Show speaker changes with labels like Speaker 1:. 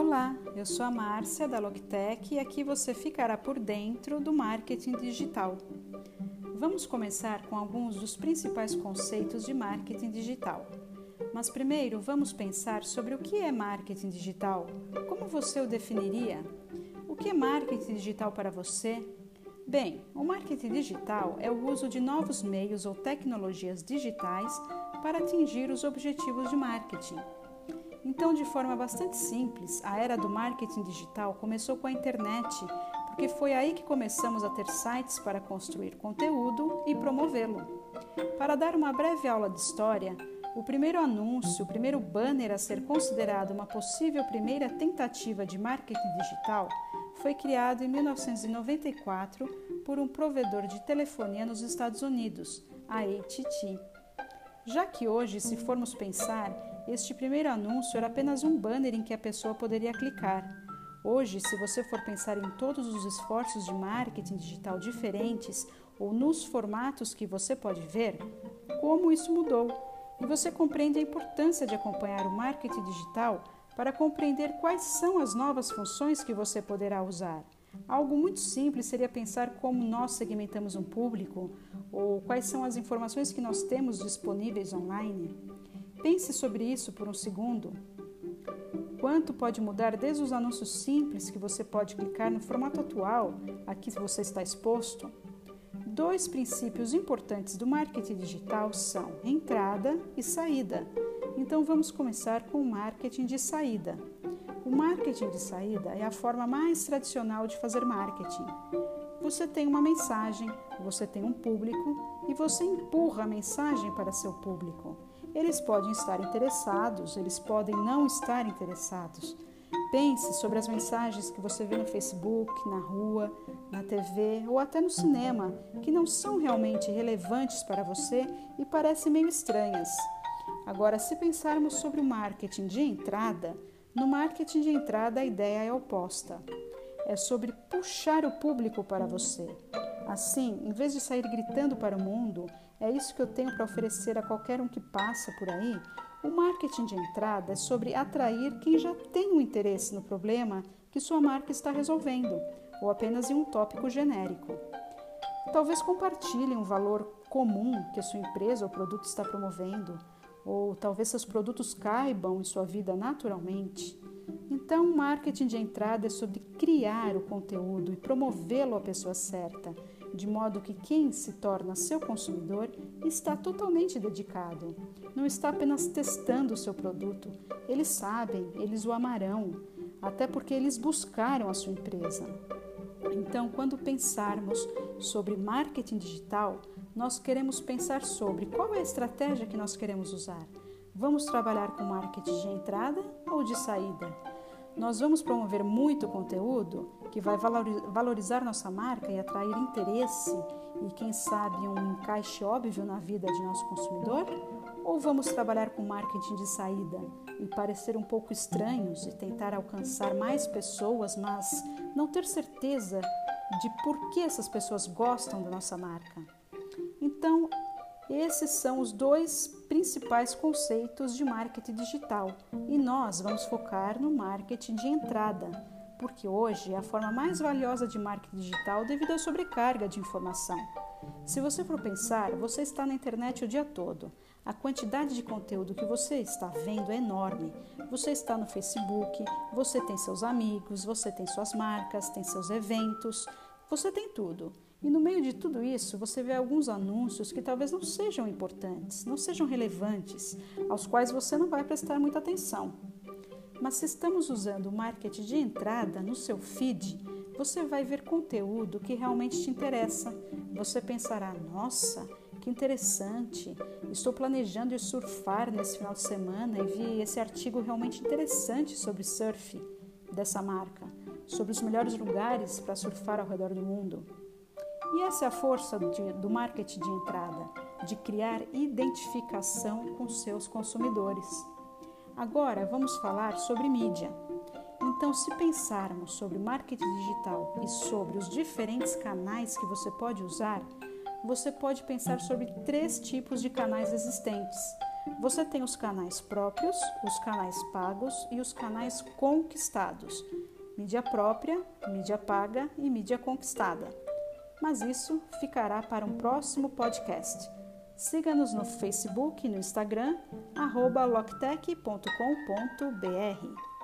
Speaker 1: Olá, eu sou a Márcia da Loctec e aqui você ficará por dentro do marketing digital. Vamos começar com alguns dos principais conceitos de marketing digital. Mas primeiro vamos pensar sobre o que é marketing digital. Como você o definiria? O que é marketing digital para você? Bem, o marketing digital é o uso de novos meios ou tecnologias digitais para atingir os objetivos de marketing. Então, de forma bastante simples, a era do marketing digital começou com a internet, porque foi aí que começamos a ter sites para construir conteúdo e promovê-lo. Para dar uma breve aula de história, o primeiro anúncio, o primeiro banner a ser considerado uma possível primeira tentativa de marketing digital foi criado em 1994 por um provedor de telefonia nos Estados Unidos, a AT&T. Já que hoje, se formos pensar, este primeiro anúncio era apenas um banner em que a pessoa poderia clicar. Hoje, se você for pensar em todos os esforços de marketing digital diferentes ou nos formatos que você pode ver, como isso mudou? E você compreende a importância de acompanhar o marketing digital para compreender quais são as novas funções que você poderá usar. Algo muito simples seria pensar como nós segmentamos um público ou quais são as informações que nós temos disponíveis online. Pense sobre isso por um segundo. Quanto pode mudar desde os anúncios simples que você pode clicar no formato atual a que você está exposto? Dois princípios importantes do marketing digital são entrada e saída. Então vamos começar com o marketing de saída. O marketing de saída é a forma mais tradicional de fazer marketing. Você tem uma mensagem, você tem um público e você empurra a mensagem para seu público. Eles podem estar interessados, eles podem não estar interessados. Pense sobre as mensagens que você vê no Facebook, na rua, na TV ou até no cinema, que não são realmente relevantes para você e parecem meio estranhas. Agora, se pensarmos sobre o marketing de entrada, no marketing de entrada a ideia é oposta. É sobre puxar o público para você. Assim, em vez de sair gritando para o mundo, é isso que eu tenho para oferecer a qualquer um que passa por aí, o marketing de entrada é sobre atrair quem já tem um interesse no problema que sua marca está resolvendo, ou apenas em um tópico genérico. Talvez compartilhem um valor comum que a sua empresa ou produto está promovendo, ou talvez seus produtos caibam em sua vida naturalmente. Então, o marketing de entrada é sobre criar o conteúdo e promovê-lo à pessoa certa, de modo que quem se torna seu consumidor está totalmente dedicado. Não está apenas testando o seu produto. Eles sabem, eles o amarão, até porque eles buscaram a sua empresa. Então, quando pensarmos sobre marketing digital, nós queremos pensar sobre qual é a estratégia que nós queremos usar. Vamos trabalhar com marketing de entrada ou de saída? Nós vamos promover muito conteúdo que vai valorizar nossa marca e atrair interesse e, quem sabe, um encaixe óbvio na vida de nosso consumidor? Ou vamos trabalhar com marketing de saída e parecer um pouco estranhos e tentar alcançar mais pessoas, mas não ter certeza de por que essas pessoas gostam da nossa marca? Então, esses são os dois principais conceitos de marketing digital e nós vamos focar no marketing de entrada, porque hoje é a forma mais valiosa de marketing digital devido à sobrecarga de informação. Se você for pensar, você está na internet o dia todo. A quantidade de conteúdo que você está vendo é enorme. Você está no Facebook, você tem seus amigos, você tem suas marcas, tem seus eventos, você tem tudo. E no meio de tudo isso, você vê alguns anúncios que talvez não sejam importantes, não sejam relevantes, aos quais você não vai prestar muita atenção. Mas se estamos usando o marketing de entrada no seu feed, você vai ver conteúdo que realmente te interessa. Você pensará, nossa, que interessante, estou planejando ir surfar nesse final de semana e vi esse artigo realmente interessante sobre surf dessa marca, sobre os melhores lugares para surfar ao redor do mundo. E essa é a força do marketing de entrada, de criar identificação com seus consumidores. Agora vamos falar sobre mídia. Então, se pensarmos sobre marketing digital e sobre os diferentes canais que você pode usar, você pode pensar sobre 3 tipos de canais existentes. Você tem os canais próprios, os canais pagos e os canais conquistados. Mídia própria, mídia paga e mídia conquistada. Mas isso ficará para um próximo podcast. Siga-nos no Facebook e no Instagram, @loctec.com.br.